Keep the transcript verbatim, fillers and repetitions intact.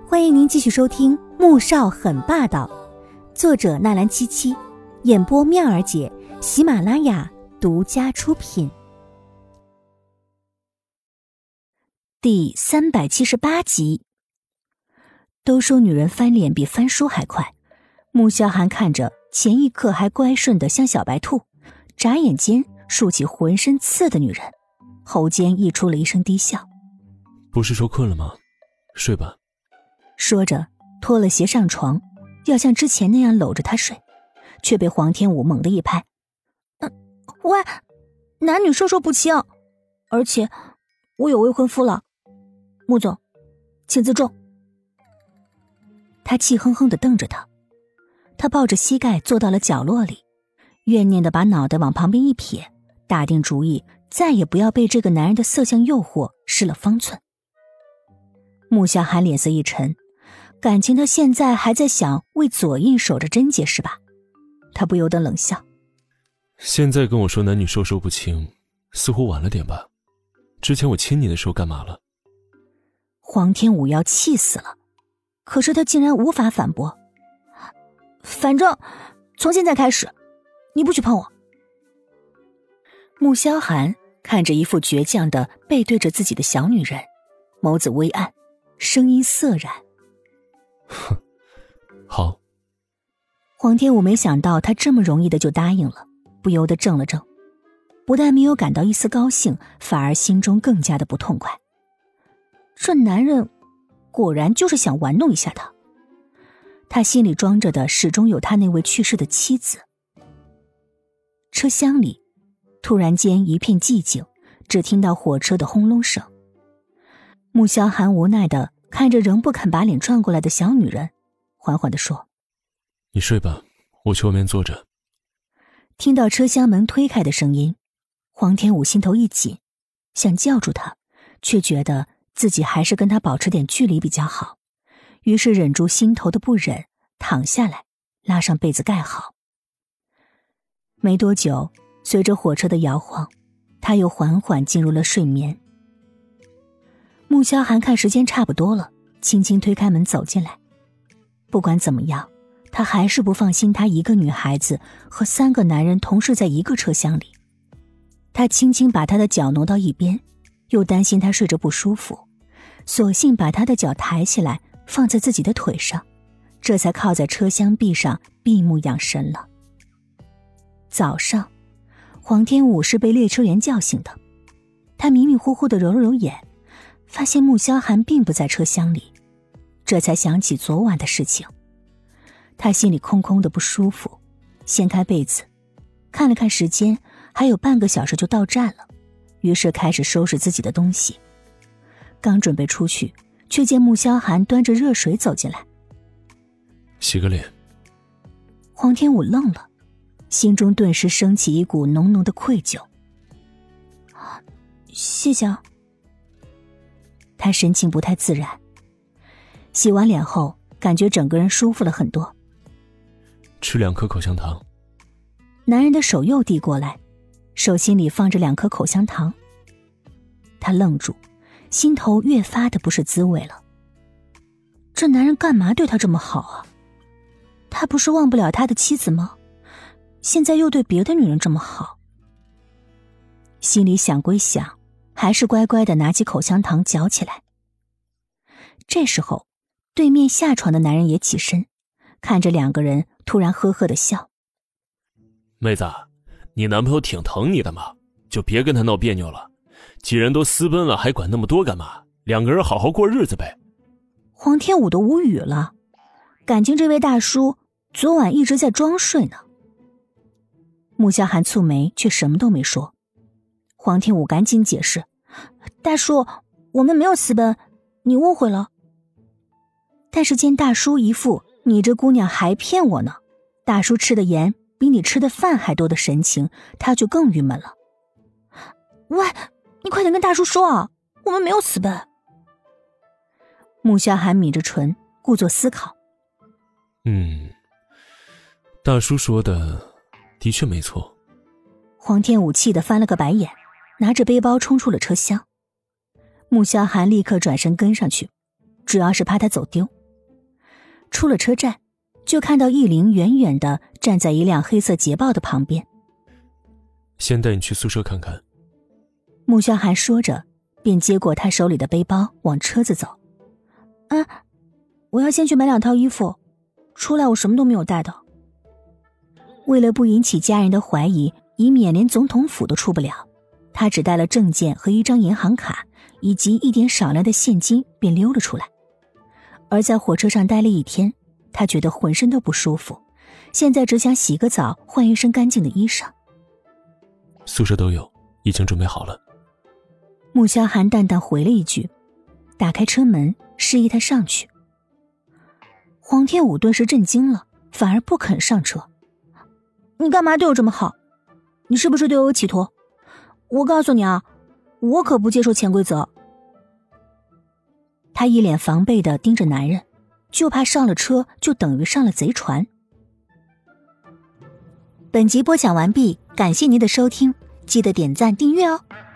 欢迎您继续收听《穆少很霸道》，作者纳兰七七，演播妙儿姐，喜马拉雅独家出品。第三百七十八集。都说女人翻脸比翻书还快，穆萧寒看着前一刻还乖顺的像小白兔，眨眼间竖起浑身刺的女人，喉间溢出了一声低笑。 不是说困了吗？睡吧。 说着脱了鞋上床，要像之前那样搂着她睡，却被黄天武猛地一拍。嗯，喂，男女授受不亲，而且我有未婚夫了。穆总，请自重。他气哼哼地瞪着他，他抱着膝盖坐到了角落里，怨念地把脑袋往旁边一撇，打定主意再也不要被这个男人的色相诱惑失了方寸。穆萧寒脸色一沉，感情他现在还在想为左印守着贞洁是吧？他不由得冷笑。 现在跟我说男女授受不亲，似乎晚了点吧？之前我亲你的时候干嘛了？ 黄天武要气死了，可是他竟然无法反驳。反正从现在开始，你不许碰我。穆萧寒看着一副倔强的背对着自己的小女人，眸子微暗，声音涩然。 哼，好。 黄天武没想到他这么容易的就答应了，不由得怔了怔，不但没有感到一丝高兴，反而心中更加的不痛快。这男人果然就是想玩弄一下他，他心里装着的始终有他那位去世的妻子。车厢里突然间一片寂静，只听到火车的轰隆声。穆萧寒无奈地看着仍不肯把脸转过来的小女人，缓缓地说： 你睡吧，我去外面坐着。 听到车厢门推开的声音，黄天武心头一紧，想叫住他，却觉得自己还是跟他保持点距离比较好，于是忍住心头的不忍，躺下来拉上被子盖好。没多久，随着火车的摇晃，他又缓缓进入了睡眠。穆萧寒看时间差不多了，轻轻推开门走进来。不管怎么样，他还是不放心他一个女孩子和三个男人同时在一个车厢里。他轻轻把他的脚挪到一边，又担心他睡着不舒服，索性把他的脚抬起来放在自己的腿上，这才靠在车厢壁上闭目养神了。早上，黄天武是被列车员叫醒的，他迷迷糊糊地揉了揉眼，发现穆萧寒并不在车厢里，这才想起昨晚的事情。他心里空空的不舒服，掀开被子，看了看时间，还有半个小时就到站了，于是开始收拾自己的东西。刚准备出去，却见穆萧寒端着热水走进来。 洗个脸。 黄天武愣了，心中顿时升起一股浓浓的愧疚。谢谢啊。他神情不太自然。洗完脸后，感觉整个人舒服了很多。 吃两颗口香糖。 男人的手又递过来，手心里放着两颗口香糖。他愣住，心头越发的不是滋味了。这男人干嘛对他这么好啊？他不是忘不了他的妻子吗？现在又对别的女人这么好。心里想归想，还是乖乖的拿起口香糖嚼起来。这时候，对面下床的男人也起身，看着两个人突然呵呵的笑。 妹子，你男朋友挺疼你的嘛，就别跟他闹别扭了。既然都私奔了，还管那么多干嘛？两个人好好过日子呗。 黄天武都无语了，感情这位大叔昨晚一直在装睡呢。穆萧寒蹙眉，却什么都没说。黄天武赶紧解释：大叔，我们没有私奔，你误会了。但是见大叔一副你这姑娘还骗我呢，大叔吃的盐比你吃的饭还多的神情，他就更郁闷了。喂，你快点跟大叔说啊，我们没有私奔。穆萧寒抿着唇，故作思考。 嗯，大叔说的的确没错。 黄天武气得翻了个白眼，拿着背包冲出了车厢。穆萧寒立刻转身跟上去，主要是怕他走丢。 出了车站，就看到易灵远远地站在一辆黑色捷豹的旁边。 先带你去宿舍看看。 穆萧寒说着，便接过他手里的背包往车子走。啊，我要先去买两套衣服，出来我什么都没有带的。为了不引起家人的怀疑，以免连总统府都出不了，他只带了证件和一张银行卡，以及一点少量的现金，便溜了出来。而在火车上待了一天，他觉得浑身都不舒服，现在只想洗个澡，换一身干净的衣裳。 宿舍都有，已经准备好了。 穆萧寒淡淡回了一句，打开车门示意他上去。黄天武顿时震惊了，反而不肯上车。你干嘛对我这么好？你是不是对我有企图？我告诉你啊，我可不接受潜规则。他一脸防备地盯着男人，就怕上了车就等于上了贼船。本集播讲完毕，感谢您的收听，记得点赞订阅哦。